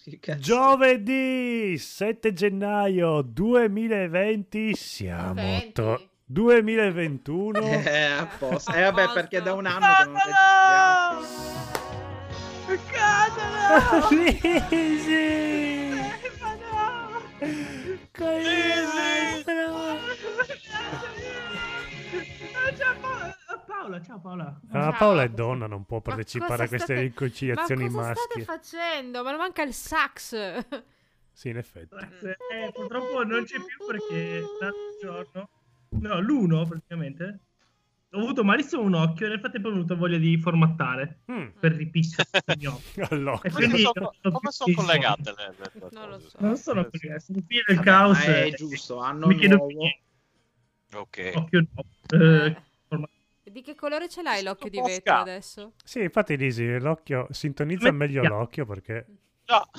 Giovedì 7 gennaio 2020 siamo 2021 apposta. Vabbè, perché da un anno che non registriamo. Ciao Paola. Paola è donna, non può partecipare a queste riconciliazioni maschili. Ma cosa state facendo? Ma manca il sax. Sì, in effetti. Purtroppo non c'è più perché l'altro giorno, no, l'uno praticamente, ho avuto malissimo un occhio e nel frattempo ho avuto voglia di formattare per ripicciare il occhio. Come sono collegate le non lo so. Non sono collegate, sono figlie del caos. È giusto, hanno mi chiedo nuovo. Ok. Occhio nuovo. Di che colore ce l'hai l'occhio di vetro adesso? Sì, infatti Lisi, l'occhio sintonizza meglio l'occhio perché... No.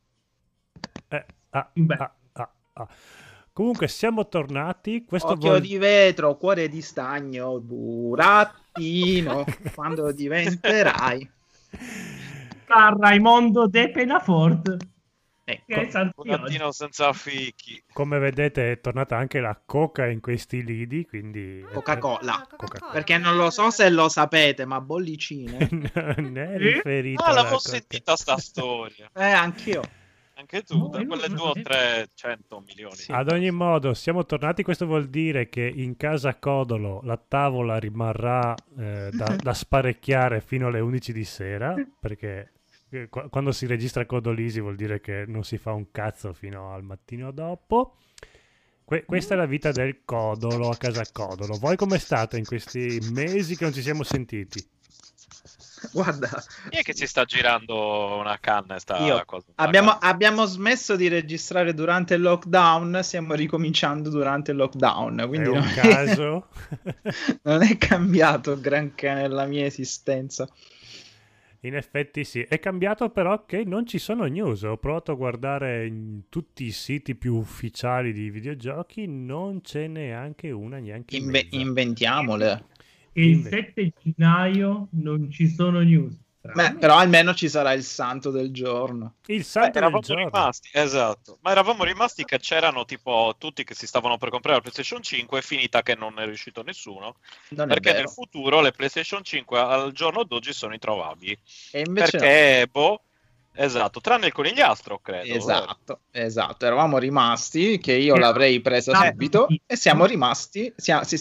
Comunque siamo tornati. Occhio di vetro, cuore di stagno, burattino, quando diventerai Raimondo De Penafort. Burattino senza fichi. Come vedete è tornata anche la coca in questi lidi, quindi Coca-Cola. Perché non lo so se lo sapete, ma bollicine. Non è riferito l'avevo sentita sta storia. Anch'io. Anche tu, da quelle 200 o 300 milioni. Sì. Ad ogni modo, siamo tornati. Questo vuol dire che in casa Codolo la tavola rimarrà da sparecchiare fino alle 11 di sera, perché quando si registra Codolisi vuol dire che non si fa un cazzo fino al mattino dopo. Questa è la vita del Codolo a casa Codolo. Voi come state in questi mesi che non ci siamo sentiti? Guarda, chi è che ci sta girando una canna? Abbiamo smesso di registrare durante il lockdown, stiamo ricominciando durante il lockdown, quindi è un caso? Non è cambiato granché nella mia esistenza. In effetti sì, è cambiato però che non ci sono news. Ho provato a guardare in tutti i siti più ufficiali di videogiochi, non c'è neanche una, neanche in mezzo. Inventiamole. Il 7 gennaio non ci sono news. Beh, però almeno ci sarà il santo del giorno. Il santo del giorno. Rimasti, esatto. Ma eravamo rimasti che c'erano tipo tutti che si stavano per comprare la PlayStation 5, è finita che non è riuscito nessuno. Perché nel futuro le PlayStation 5 al giorno d'oggi sono introvabili. E invece perché esatto, tranne il conigliastro, credo. Esatto, eravamo rimasti che io l'avrei presa subito e siamo rimasti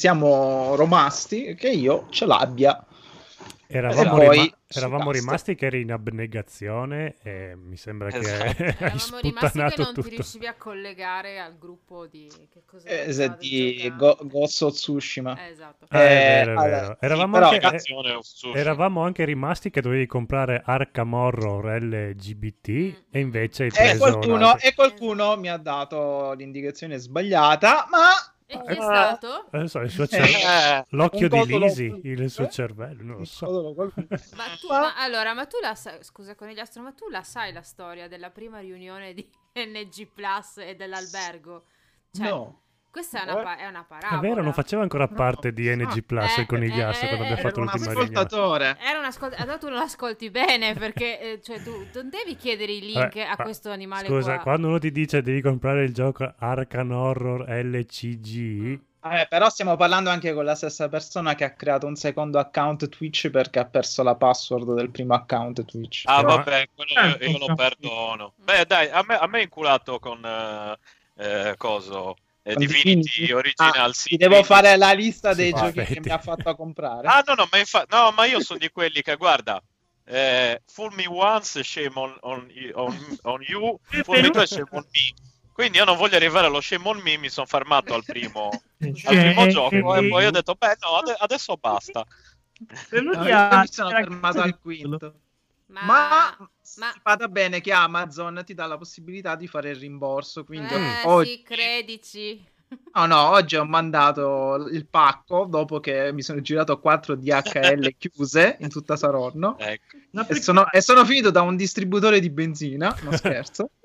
che io ce l'abbia. Eravamo rimasti che eri in abnegazione e mi sembra che hai sputtanato che non tutto. Ti riuscivi a collegare al gruppo di che cos'è di Ghost of Tsushima. Esatto. È vero. Eravamo anche rimasti che dovevi comprare Arkham Horror LGBT e invece hai preso qualcuno mi ha dato l'indicazione sbagliata, ma e chi è stato? Non so, il suo l'occhio di Lisi, il suo cervello, non lo so. Ma tu la sai, scusa Conigliastro, ma tu la sai la storia della prima riunione di NG Plus e dell'albergo? Cioè, no. Questa è una parabola. È vero, non faceva ancora parte di NG Plus il Conigliastro quando abbiamo fatto l'ultima riunione. Era un ascoltatore. Allora tu non ascolti bene perché cioè, tu non devi chiedere i link a questo animale. Scusa, quando uno ti dice devi comprare il gioco Arkham Horror LCG... però stiamo parlando anche con la stessa persona che ha creato un secondo account Twitch perché ha perso la password del primo account Twitch. Vabbè, quello io lo perdono. Beh dai, a me è inculato con coso... Divinity Original Sin. Devo fare la lista dei giochi che mi ha fatto comprare. Ma io sono di quelli che guarda, fool me once, shame on you, fool me twice, shame on me. Quindi io non voglio arrivare allo shame on me, mi sono fermato al primo gioco e poi ho detto beh no, adesso basta. Io mi sono fermato al quinto. Ma vada bene che Amazon ti dà la possibilità di fare il rimborso, quindi sì, credici. Oggi ho mandato il pacco dopo che mi sono girato 4 DHL chiuse in tutta Saronno, e sono finito da un distributore di benzina, non scherzo.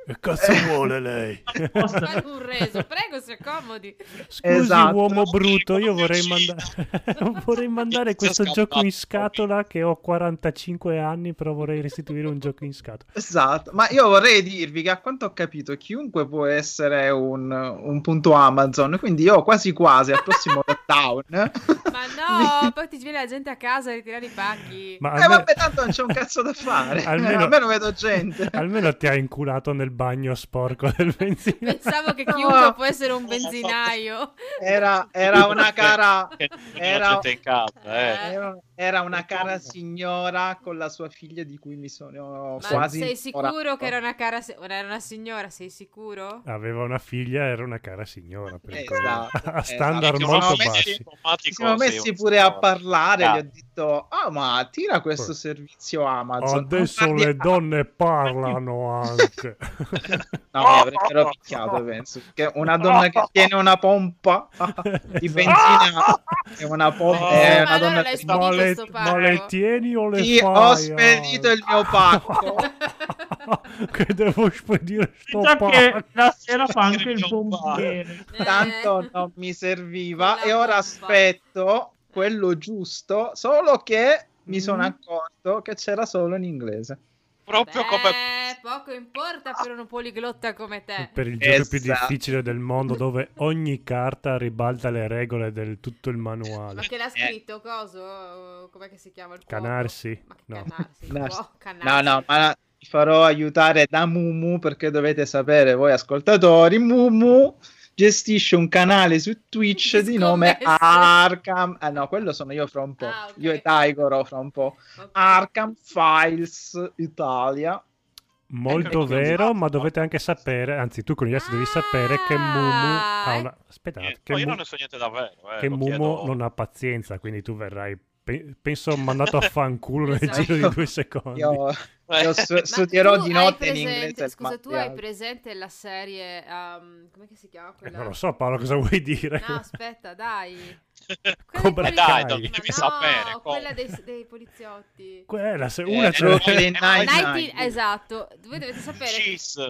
Che cazzo vuole lei? Fate un reso, prego, si accomodi. Scusi, uomo brutto, io vorrei mandare questo gioco in scatola che ho 45 anni, però vorrei restituire un gioco in scatola. Esatto, ma io vorrei dirvi che a quanto ho capito chiunque può essere un punto Amazon, quindi io quasi al prossimo lockdown. Ma no, poi ti viene la gente a casa a ritirare i pacchi. Vabbè, tanto non c'è un cazzo da fare. Almeno vedo gente. Almeno ti ha inculato nel bagno sporco del benzina. Pensavo che chiunque può essere un benzinaio. Era una cara era una cara come? signora con la sua figlia di cui mi sono Ma quasi sei sicuro che era una signora? Sei sicuro? Aveva una figlia, era una cara signora. Esatto, standard molto bassi. Ci siamo messi pure a parlare. Gli ho detto: ma tira questo servizio Amazon. Adesso le donne parlano anche. No, mi avrebbero picchiato, penso. Che una donna che tiene una pompa di benzina è una pompa. È una donna ma le tieni o le fai? Ho spedito il mio pacco. Che devo spedire sto pacco? Che la sera fa anche il pompiere. Tanto non mi serviva e ora aspetto quello giusto, solo che mi sono accorto che c'era solo in inglese. Proprio come poco importa per un poliglotta come te. Per il gioco più difficile del mondo, dove ogni carta ribalta le regole del tutto il manuale. Ma che l'ha scritto coso? Com'è che si chiama il Canarsi? Ma Canarsi. No, ma vi farò aiutare da Mumu, perché dovete sapere voi ascoltatori, Mumu gestisce un canale su Twitch di nome Arkham. No, quello sono io fra un po'. Okay. Io e Daigoro fra un po'. Okay. Arkham Files Italia. Molto vero, ma dovete anche sapere, anzi tu con gli altri devi sapere che Mumu ha una... Aspettate, che io non ne so niente davvero. Che Mumu non ha pazienza, quindi tu verrai... penso mandato a fanculo nel giro di 2 secondi. Io studierò di notte in inglese. Scusa, tu hai presente la serie come si chiama quella? Non lo so, Paolo, cosa vuoi dire? No, aspetta, dai. Dai, non devi sapere. Quella dei poliziotti. Quella, una esatto. Voi dovete sapere. Cheese.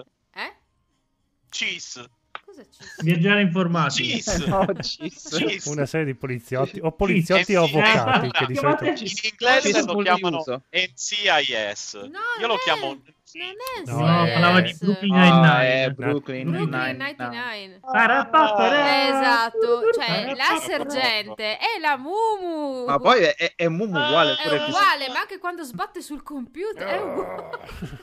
Viaggiare informatici. Una serie di poliziotti o poliziotti o avvocati che di solito in inglese lo chiamano NCIS. Io lo chiamo parlava di Brooklyn Nine-Nine. Esatto, cioè la sergente è la Mumu. Ma poi è Mumu uguale. È uguale, ma anche quando sbatte sul computer è uguale.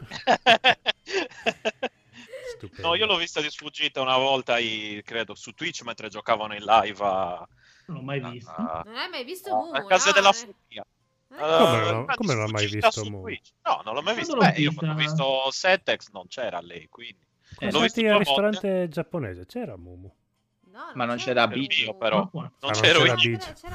Stupendo. No, io l'ho vista di sfuggita una volta, credo, su Twitch mentre giocavano in live Non l'ho mai visto. Non hai mai visto Mumu? A casa della follia. Come non l'ho mai visto Mumu? No, non l'ho mai visto. Io quando ho visto Setex non c'era lei, quindi. L'ho visto al ristorante giapponese, c'era Mumu. No, ma non c'era Biggio, però. Non c'ero io.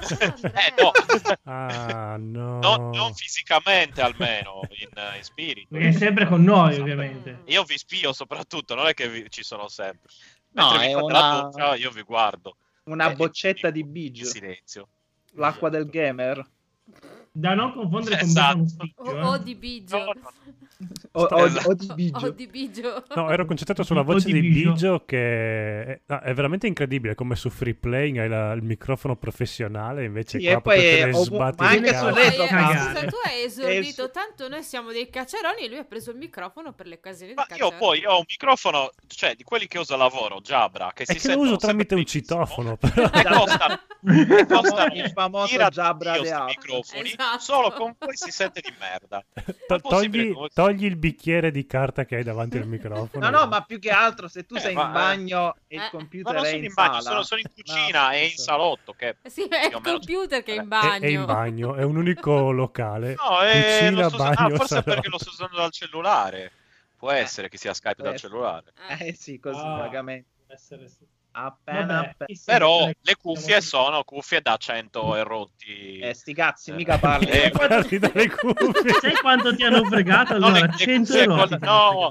No. Non fisicamente, almeno, in spirito. È sempre con noi, ovviamente. Io vi spio soprattutto, non è che ci sono sempre. No, mentre è una... io vi guardo. Una boccetta di Biggio. In silenzio. L'acqua del gamer. Da non confondere con di Biggio. O di Biggio. di Biggio. No, ero concentrato sulla voce di Biggio, che è veramente incredibile come su Free Play hai il microfono professionale, invece qua poi sbatti ma anche su retro. Scusa, tu hai esordito, tanto noi siamo dei cacciaroni e lui ha preso il microfono per le occasioni di cacciare. Io poi ho un microfono, cioè di quelli che uso a lavoro, Jabra, che si lo uso tramite un citofono. Costa il famoso Jabra dei microfoni. Solo con voi si sente di merda. Togli il bicchiere di carta che hai davanti al microfono. No, ma più che altro se tu sei in bagno e il computer è in sala. Sono in cucina e in salotto. Sì, è il computer che è in bagno. È in bagno, è un unico locale. No, cucina, bagno, forse perché lo sto usando dal cellulare. Può essere che sia Skype dal cellulare. Sì, così vagamente. Vabbè, però le cuffie sono cuffie da 100 e rotti. Sti cazzi, mica parli. Dalle cuffie. Sai quanto ti hanno fregato? Allora, 100 euro. No,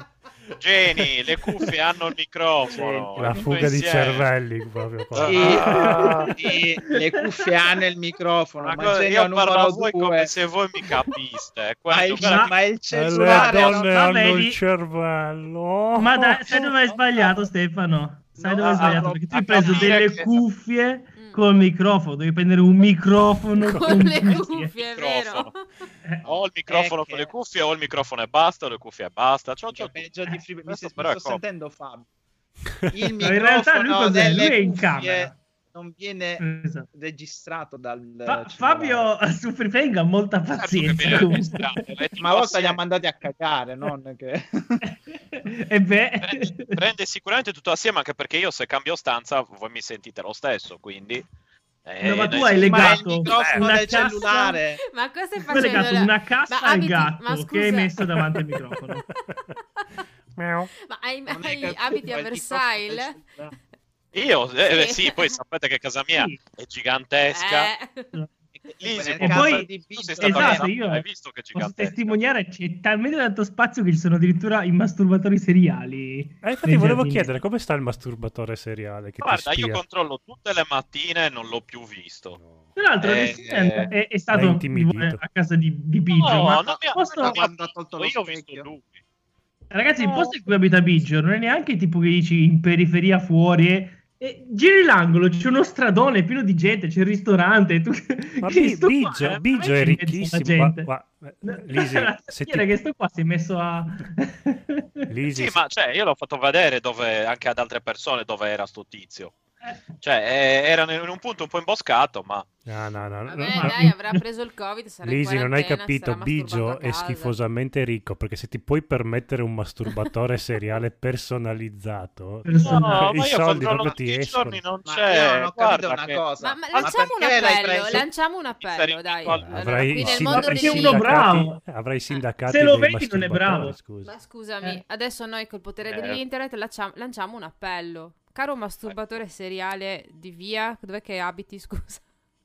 Geni, le cuffie hanno il microfono. La fuga di cervelli proprio qua. Sì, le cuffie hanno il microfono. Io parlo a voi come se voi mi capiste. Ma il Le cellulare donne hanno vedi? il cervello. Ma dai, sai dove hai sbagliato, Stefano? Sai dove hai sbagliato? Perché tu hai preso delle cuffie col microfono. Devi prendere un microfono con le cuffie, è vero. O il microfono con le cuffie, o il microfono e basta, o le cuffie e basta. Peggio di mi sto però sentendo Fabio. Il No, in realtà microfono lui è delle in cuffie camera. non viene Esatto. registrato dal Fabio su Freeplaying ha molta pazienza. Ma volta li ha mandati a cagare, non che... E beh, prende sicuramente tutto assieme, anche perché io se cambio stanza voi mi sentite lo stesso, quindi no, ma tu noi hai siamo- Ma è il legato microfono una del cassa- cellulare. Ma cosa stai tu hai facendo? legato una cassa Ma al abiti- gatto ma che hai scusa. messo davanti al microfono. Miau. Ma Non hai capito, abiti a è il Versailles? microfono del cellulare. Io Sì. sì, poi sapete che casa mia Sì. è gigantesca. Lisi, Nel E caso poi- di tu sei Biggio- stato esatto, lì, io hai visto che è posso gigantesca. testimoniare, c'è talmente tanto spazio che ci sono addirittura i masturbatori seriali. Infatti nei volevo giardini. chiedere come sta il masturbatore seriale che Guarda, ti io spia? controllo tutte le mattine e non l'ho più visto. Tra l'altro, è stato l'hai intimidito. a casa di Biggio. No, ma non mi ha posto- Ma quando ha tolto lo io ho visto specchio. lui. Ragazzi, il posto in cui abita Biggio non è neanche tipo che dici in periferia fuori. Giri l'angolo, c'è uno stradone pieno di gente, c'è il ristorante. Tu... Ma che sto qua, Biggio è veramente in mezzo alla ricchissimo. gente. Lisi, La se schiera ti... che sto qua si è messo a... Lisi, Sì, ma cioè, io l'ho fatto vedere anche ad altre persone dove era sto tizio. Cioè, era in un punto un po' imboscato, ma... No. Vabbè, Ma- dai, avrà preso il Covid, sarà in Lisi, non hai quarantena, capito, sarà Biggio masturbato a è casa. schifosamente ricco, perché se ti puoi permettere un masturbatore seriale personalizzato, No, i ma io soldi controllo proprio tutti ti i escono. giorni, non Ma c'è. io non ho capito Guarda una che- cosa. Ma lanciamo un perché l'hai appello, preso? lanciamo un appello, dai. Allora, Avrai qui i nel mondo perché dei uno bravo. avrai i sindacati Se lo dei vedi non è masturbatori, bravo. scusa. Ma scusami, adesso noi col potere Eh. dell'internet lanciamo un appello. Caro masturbatore seriale di via, dov'è che abiti, scusa?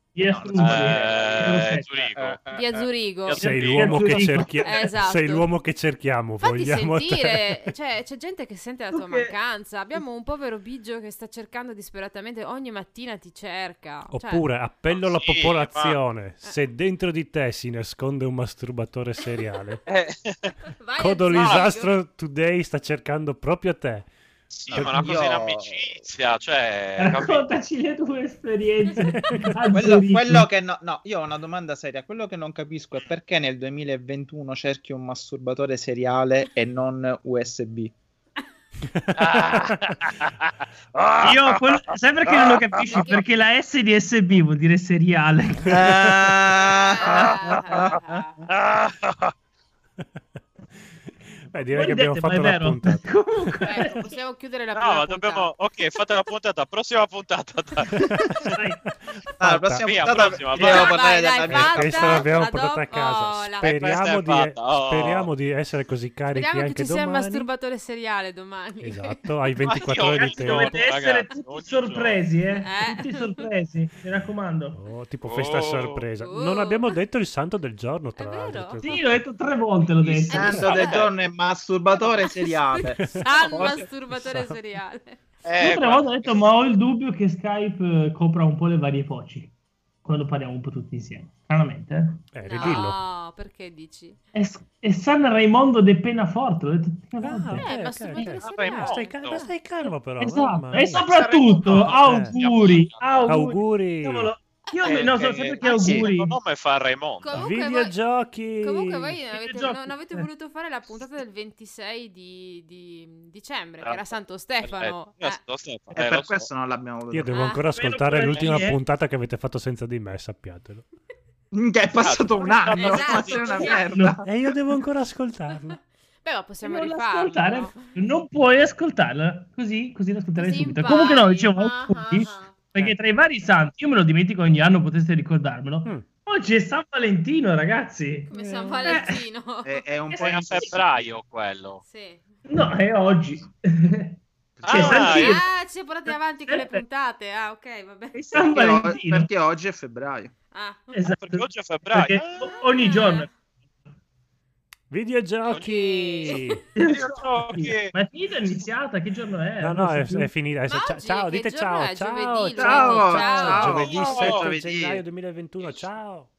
Zurigo. Via Zurigo. Sei l'uomo che Esatto. sei l'uomo che cerchiamo, Fatti vogliamo sentire, te. cioè, c'è gente che sente la Tu tua che- mancanza. Abbiamo un povero Biggio che sta cercando disperatamente, ogni mattina ti cerca. Cioè, Oppure appello alla Sì, popolazione, se dentro di te si nasconde un masturbatore seriale, vai a Codolisastro Today sta cercando proprio te. Sì, ma una cosa in amicizia, cioè... capito? Raccontaci le tue esperienze. a Quello Zurigo. che no, io ho una domanda seria. Quello che non capisco è perché nel 2021 cerchi un masturbatore seriale e non USB. Io sai perché non lo capisci? Perché la S di SB vuol dire seriale. Beh, direi che Voi abbiamo dite, ma fatto è la vero. puntata. Comunque, Ecco, possiamo chiudere la No, prima ma dobbiamo... Ok, fate la puntata. Prossima puntata. dai. La prossima Via, puntata prossima, devo vai. parlare Vai, della dai, mia. fatta. Questa l'abbiamo la portata a dopo, casa. la- Speriamo di essere così carichi Speriamo che anche ci sia il domani. masturbatore seriale domani. Esatto, hai Ma 24 io, ore di ragazzi, tempo. Dovete essere Ragazzi, tutti ogni sorpresi, giorno. tutti sorpresi, mi raccomando. Oh, tipo festa Oh. sorpresa. Oh. Non abbiamo detto il santo del giorno, tra È l'altro. vero? Sì, l'ho detto 3 volte, l'ho Il detto. santo del giorno è masturbatore seriale. San Forse- masturbatore seriale. Io 3 volte ho detto, ma ho il dubbio che Skype copra un po' le varie voci quando parliamo un po' tutti insieme. Stranamente, Ridillo. No, perché dici? È San Raimondo de Penaforte, l'ho detto 3 volte. ok, masturbatore ok. seriale. Ma stai calmo però. Esatto, mamma e mia. soprattutto auguri. Auguri. Cavolo, io non so perché Anzi, auguri. il nome fa Raimondo. Comunque Videogiochi. Comunque voi Videogiochi. non avete voluto fare la puntata del 26 di dicembre, che era Santo Stefano. Santo Stefano. E Lo per so. questo non l'abbiamo Io voluto. devo ancora Spero ascoltare pure l'ultima lei, puntata che avete fatto senza di me, sappiatelo. Che è passato un anno, Esatto. ma sei una merda. E io devo ancora ascoltarlo. Beh, ma possiamo Non rifarlo. ascoltare, no? non puoi ascoltarla così l'ascolterai Così subito. impari. Comunque no, dicevo Ah, auguri, ah, ah. perché tra i vari santi, io me lo dimentico ogni anno, potreste ricordarmelo. Mm. Oggi è San Valentino, ragazzi. Come San Valentino. È un po' È a in febbraio quello. Sì. No, è oggi. C'è Ah, San Giro, Ah, ci siamo portati avanti con le puntate. Ah, ok, vabbè. è San Valentino. perché oggi è febbraio. Ah. Esatto. Perché oggi è febbraio. Perché ogni giorno. Videogiochi! Ma è finita, è iniziata? Che giorno è? No, è finita. Ciao, dite ciao. Giovedì, Ciao. ciao. Giovedì 7 gennaio 2021. Ciao.